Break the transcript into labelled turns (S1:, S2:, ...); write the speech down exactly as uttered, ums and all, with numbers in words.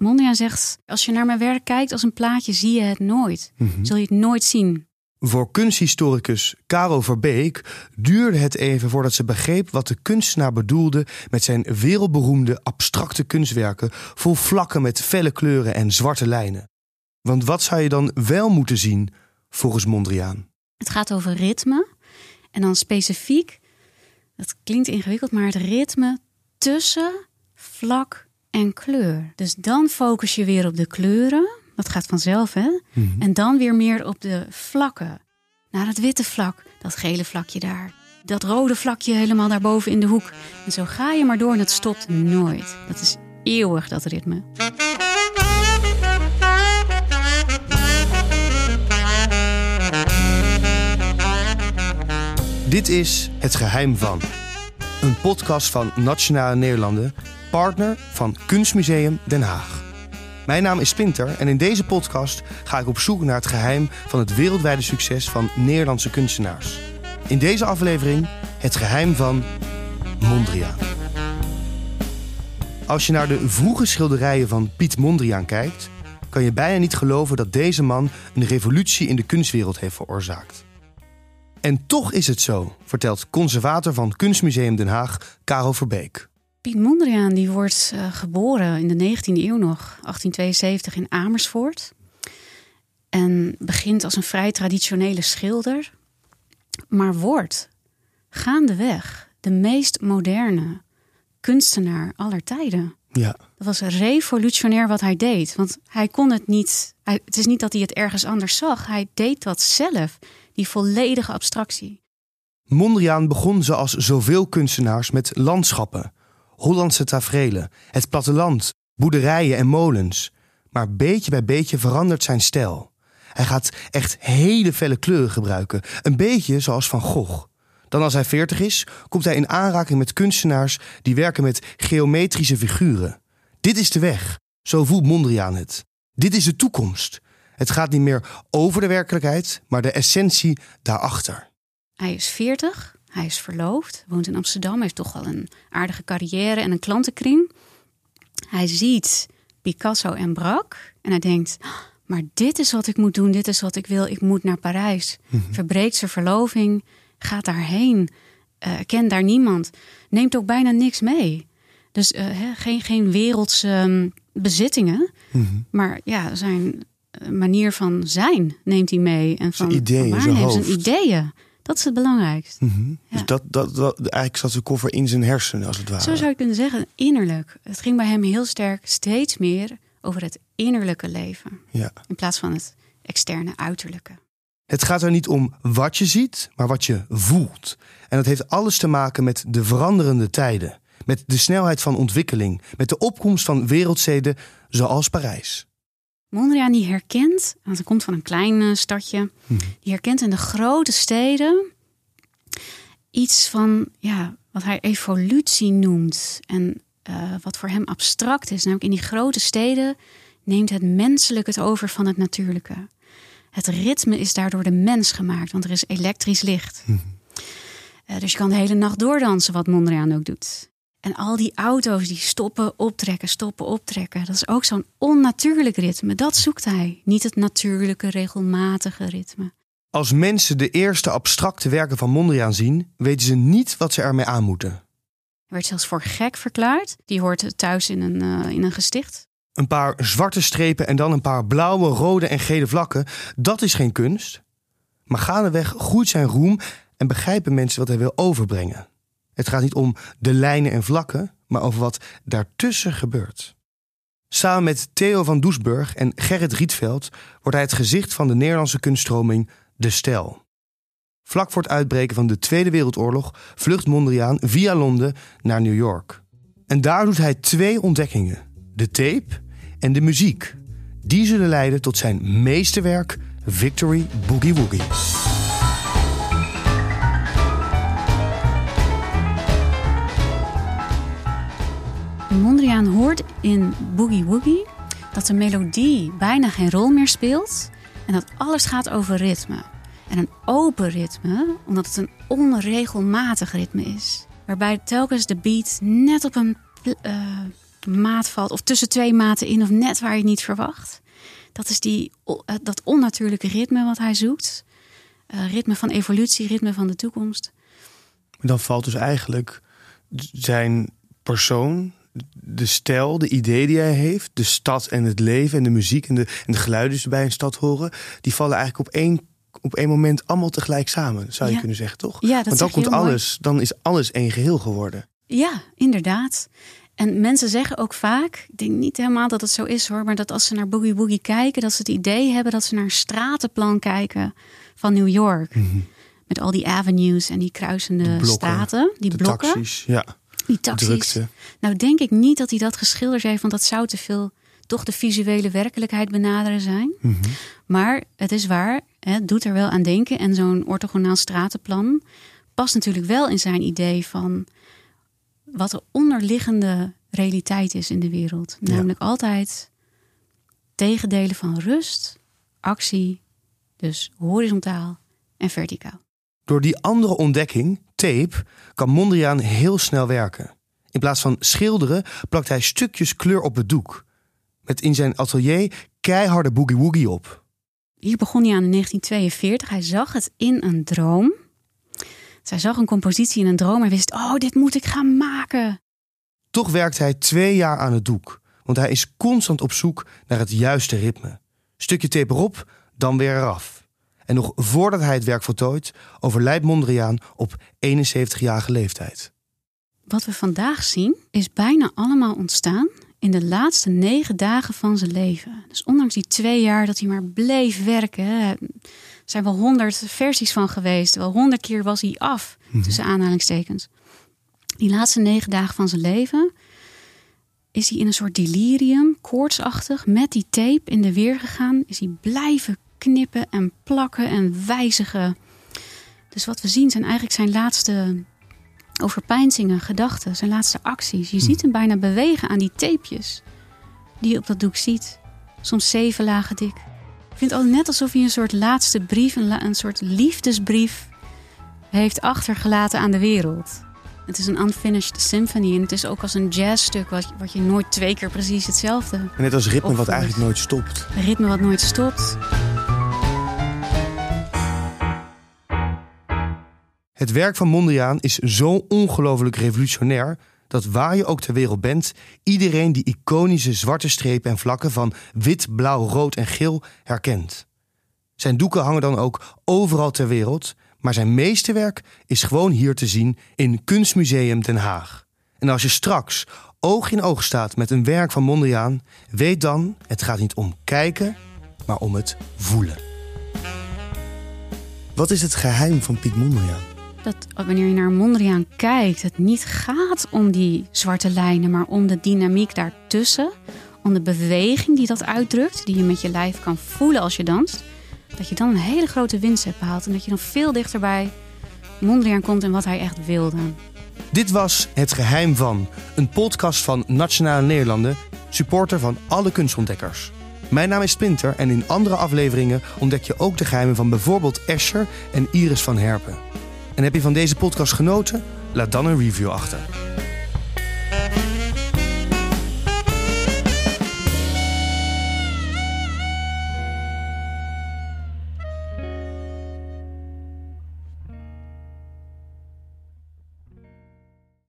S1: Mondriaan zegt, als je naar mijn werk kijkt als een plaatje, zie je het nooit. Mm-hmm. Zul je het nooit zien.
S2: Voor kunsthistoricus Karel Verbeek duurde het even voordat ze begreep wat de kunstenaar bedoelde met zijn wereldberoemde abstracte kunstwerken vol vlakken met felle kleuren en zwarte lijnen. Want wat zou je dan wel moeten zien volgens Mondriaan?
S1: Het gaat over ritme en dan specifiek, dat klinkt ingewikkeld, maar het ritme tussen vlak en kleur. Dus dan focus je weer op de kleuren. Dat gaat vanzelf, hè? Mm-hmm. En dan weer meer op de vlakken. Naar het witte vlak, dat gele vlakje daar. Dat rode vlakje helemaal daarboven in de hoek. En zo ga je maar door en het stopt nooit. Dat is eeuwig, dat ritme.
S2: Dit is Het Geheim van. Een podcast van Nationale Nederlanden, partner van Kunstmuseum Den Haag. Mijn naam is Splinter en in deze podcast ga ik op zoek naar het geheim van het wereldwijde succes van Nederlandse kunstenaars. In deze aflevering het geheim van Mondriaan. Als je naar de vroege schilderijen van Piet Mondriaan kijkt, kan je bijna niet geloven dat deze man een revolutie in de kunstwereld heeft veroorzaakt. En toch is het zo, vertelt conservator van Kunstmuseum Den Haag, Karel Verbeek.
S1: Piet Mondriaan die wordt uh, geboren in de negentiende eeuw nog, achttien tweeënzeventig in Amersfoort. En begint als een vrij traditionele schilder. Maar wordt gaandeweg de meest moderne kunstenaar aller tijden.
S2: Ja.
S1: Dat was revolutionair wat hij deed. Want hij kon het niet. Hij, het is niet dat hij het ergens anders zag. Hij deed dat zelf. Die volledige abstractie.
S2: Mondriaan begon zoals zoveel kunstenaars met landschappen. Hollandse taferelen, het platteland, boerderijen en molens. Maar beetje bij beetje verandert zijn stijl. Hij gaat echt hele felle kleuren gebruiken. Een beetje zoals Van Gogh. Dan als hij veertig is, komt hij in aanraking met kunstenaars die werken met geometrische figuren. Dit is de weg. Zo voelt Mondriaan het. Dit is de toekomst. Het gaat niet meer over de werkelijkheid, maar de essentie daarachter.
S1: Hij is veertig, hij is verloofd, woont in Amsterdam, heeft toch wel een aardige carrière en een klantenkring. Hij ziet Picasso en Braque en hij denkt, maar dit is wat ik moet doen, dit is wat ik wil, ik moet naar Parijs. Mm-hmm. Verbreekt zijn verloving, gaat daarheen, uh, kent daar niemand, neemt ook bijna niks mee. Dus uh, he, geen, geen wereldse um, bezittingen, mm-hmm. maar ja, zijn manier van zijn neemt hij mee. En van,
S2: zijn ideeën,
S1: van
S2: zijn hoofd.
S1: Zijn ideeën. Dat is het belangrijkste.
S2: Mm-hmm. Ja. Dus dat, dat, dat, eigenlijk zat de koffer in zijn hersenen, als het ware.
S1: Zo zou je kunnen zeggen, innerlijk. Het ging bij hem heel sterk steeds meer over het innerlijke leven.
S2: Ja.
S1: In plaats van het externe uiterlijke.
S2: Het gaat er niet om wat je ziet, maar wat je voelt. En dat heeft alles te maken met de veranderende tijden. Met de snelheid van ontwikkeling. Met de opkomst van wereldsteden zoals Parijs.
S1: Mondriaan die herkent, want hij komt van een klein uh, stadje, hmm. die herkent in de grote steden iets van ja, wat hij evolutie noemt. En uh, wat voor hem abstract is. Namelijk in die grote steden neemt het menselijke het over van het natuurlijke. Het ritme is daardoor de mens gemaakt, want er is elektrisch licht. Hmm. Uh, dus je kan de hele nacht doordansen, wat Mondriaan ook doet. En al die auto's die stoppen, optrekken, stoppen, optrekken. Dat is ook zo'n onnatuurlijk ritme. Dat zoekt hij. Niet het natuurlijke, regelmatige ritme.
S2: Als mensen de eerste abstracte werken van Mondriaan zien, weten ze niet wat ze ermee aan moeten.
S1: Hij werd zelfs voor gek verklaard. Die hoort thuis in een, uh, in een gesticht.
S2: Een paar zwarte strepen en dan een paar blauwe, rode en gele vlakken. Dat is geen kunst. Maar gaandeweg groeit zijn roem en begrijpen mensen wat hij wil overbrengen. Het gaat niet om de lijnen en vlakken, maar over wat daartussen gebeurt. Samen met Theo van Doesburg en Gerrit Rietveld wordt hij het gezicht van de Nederlandse kunststroming De Stijl. Vlak voor het uitbreken van de Tweede Wereldoorlog vlucht Mondriaan via Londen naar New York. En daar doet hij twee ontdekkingen: de tape en de muziek. Die zullen leiden tot zijn meesterwerk Victory Boogie Woogie.
S1: Mondriaan hoort in Boogie Woogie dat de melodie bijna geen rol meer speelt en dat alles gaat over ritme. En een open ritme, omdat het een onregelmatig ritme is. Waarbij telkens de beat net op een uh, maat valt. Of tussen twee maten in of net waar je het niet verwacht. Dat is die, dat onnatuurlijke ritme wat hij zoekt. Uh, ritme van evolutie, ritme van de toekomst.
S2: Dan valt dus eigenlijk zijn persoon, de stijl, de ideeën die hij heeft, de stad en het leven en de muziek en de, en de geluiden die bij een stad horen, die vallen eigenlijk op één, op één moment allemaal tegelijk samen, zou je ja. kunnen zeggen, toch?
S1: Ja, dat
S2: Want dan komt alles, dan is alles één geheel geworden.
S1: Ja, inderdaad. En mensen zeggen ook vaak, ik denk niet helemaal dat het zo is hoor, maar dat als ze naar Boogie Woogie kijken, dat ze het idee hebben dat ze naar een stratenplan kijken van New York. Mm-hmm. Met al die avenues en die kruisende
S2: blokken,
S1: straten, die
S2: de
S1: blokken.
S2: Taxis, ja.
S1: Die taxis.
S2: Drukte.
S1: Nou denk ik niet dat hij dat geschilderd heeft, want dat zou te veel toch de visuele werkelijkheid benaderen zijn. Mm-hmm. Maar het is waar, het doet er wel aan denken. En zo'n orthogonaal stratenplan past natuurlijk wel in zijn idee van wat de onderliggende realiteit is in de wereld. Namelijk ja. altijd tegendelen van rust, actie, dus horizontaal en verticaal.
S2: Door die andere ontdekking, tape, kan Mondriaan heel snel werken. In plaats van schilderen plakt hij stukjes kleur op het doek. Met in zijn atelier keiharde boogie-woogie op.
S1: Hier begon hij aan in negentien tweeënveertig. Hij zag het in een droom. Dus hij zag een compositie in een droom en wist, oh, dit moet ik gaan maken.
S2: Toch werkt hij twee jaar aan het doek. Want hij is constant op zoek naar het juiste ritme. Stukje tape erop, dan weer eraf. En nog voordat hij het werk voltooit, overlijdt Mondriaan op eenenzeventigjarige leeftijd.
S1: Wat we vandaag zien, is bijna allemaal ontstaan in de laatste negen dagen van zijn leven. Dus ondanks die twee jaar dat hij maar bleef werken, er zijn wel honderd versies van geweest. Wel honderd keer was hij af, mm-hmm. tussen aanhalingstekens. Die laatste negen dagen van zijn leven is hij in een soort delirium, koortsachtig, met die tape in de weer gegaan. Is hij blijven knippen en plakken en wijzigen. Dus wat we zien zijn eigenlijk zijn laatste overpeinzingen, gedachten, zijn laatste acties. Je hm. ziet hem bijna bewegen aan die tapejes die je op dat doek ziet. Soms zeven lagen dik. Ik vind het al net alsof hij een soort laatste brief, een, la- een soort liefdesbrief heeft achtergelaten aan de wereld. Het is een unfinished symphony en het is ook als een jazzstuk wat, wat je nooit twee keer precies hetzelfde.
S2: En net als ritme opvoert. Wat eigenlijk nooit stopt.
S1: Een ritme wat nooit stopt.
S2: Het werk van Mondriaan is zo ongelooflijk revolutionair dat waar je ook ter wereld bent, iedereen die iconische zwarte strepen en vlakken van wit, blauw, rood en geel herkent. Zijn doeken hangen dan ook overal ter wereld, maar zijn meesterwerk is gewoon hier te zien in Kunstmuseum Den Haag. En als je straks oog in oog staat met een werk van Mondriaan, weet dan, het gaat niet om kijken, maar om het voelen. Wat is het geheim van Piet Mondriaan?
S1: Dat wanneer je naar Mondriaan kijkt, het niet gaat om die zwarte lijnen, maar om de dynamiek daartussen. Om de beweging die dat uitdrukt, die je met je lijf kan voelen als je danst. Dat je dan een hele grote winst hebt behaald en dat je dan veel dichter bij Mondriaan komt en wat hij echt wilde.
S2: Dit was Het Geheim van, een podcast van Nationale Nederlanden, supporter van alle kunstontdekkers. Mijn naam is Splinter en in andere afleveringen ontdek je ook de geheimen van bijvoorbeeld Escher en Iris van Herpen. En heb je van deze podcast genoten? Laat dan een review achter.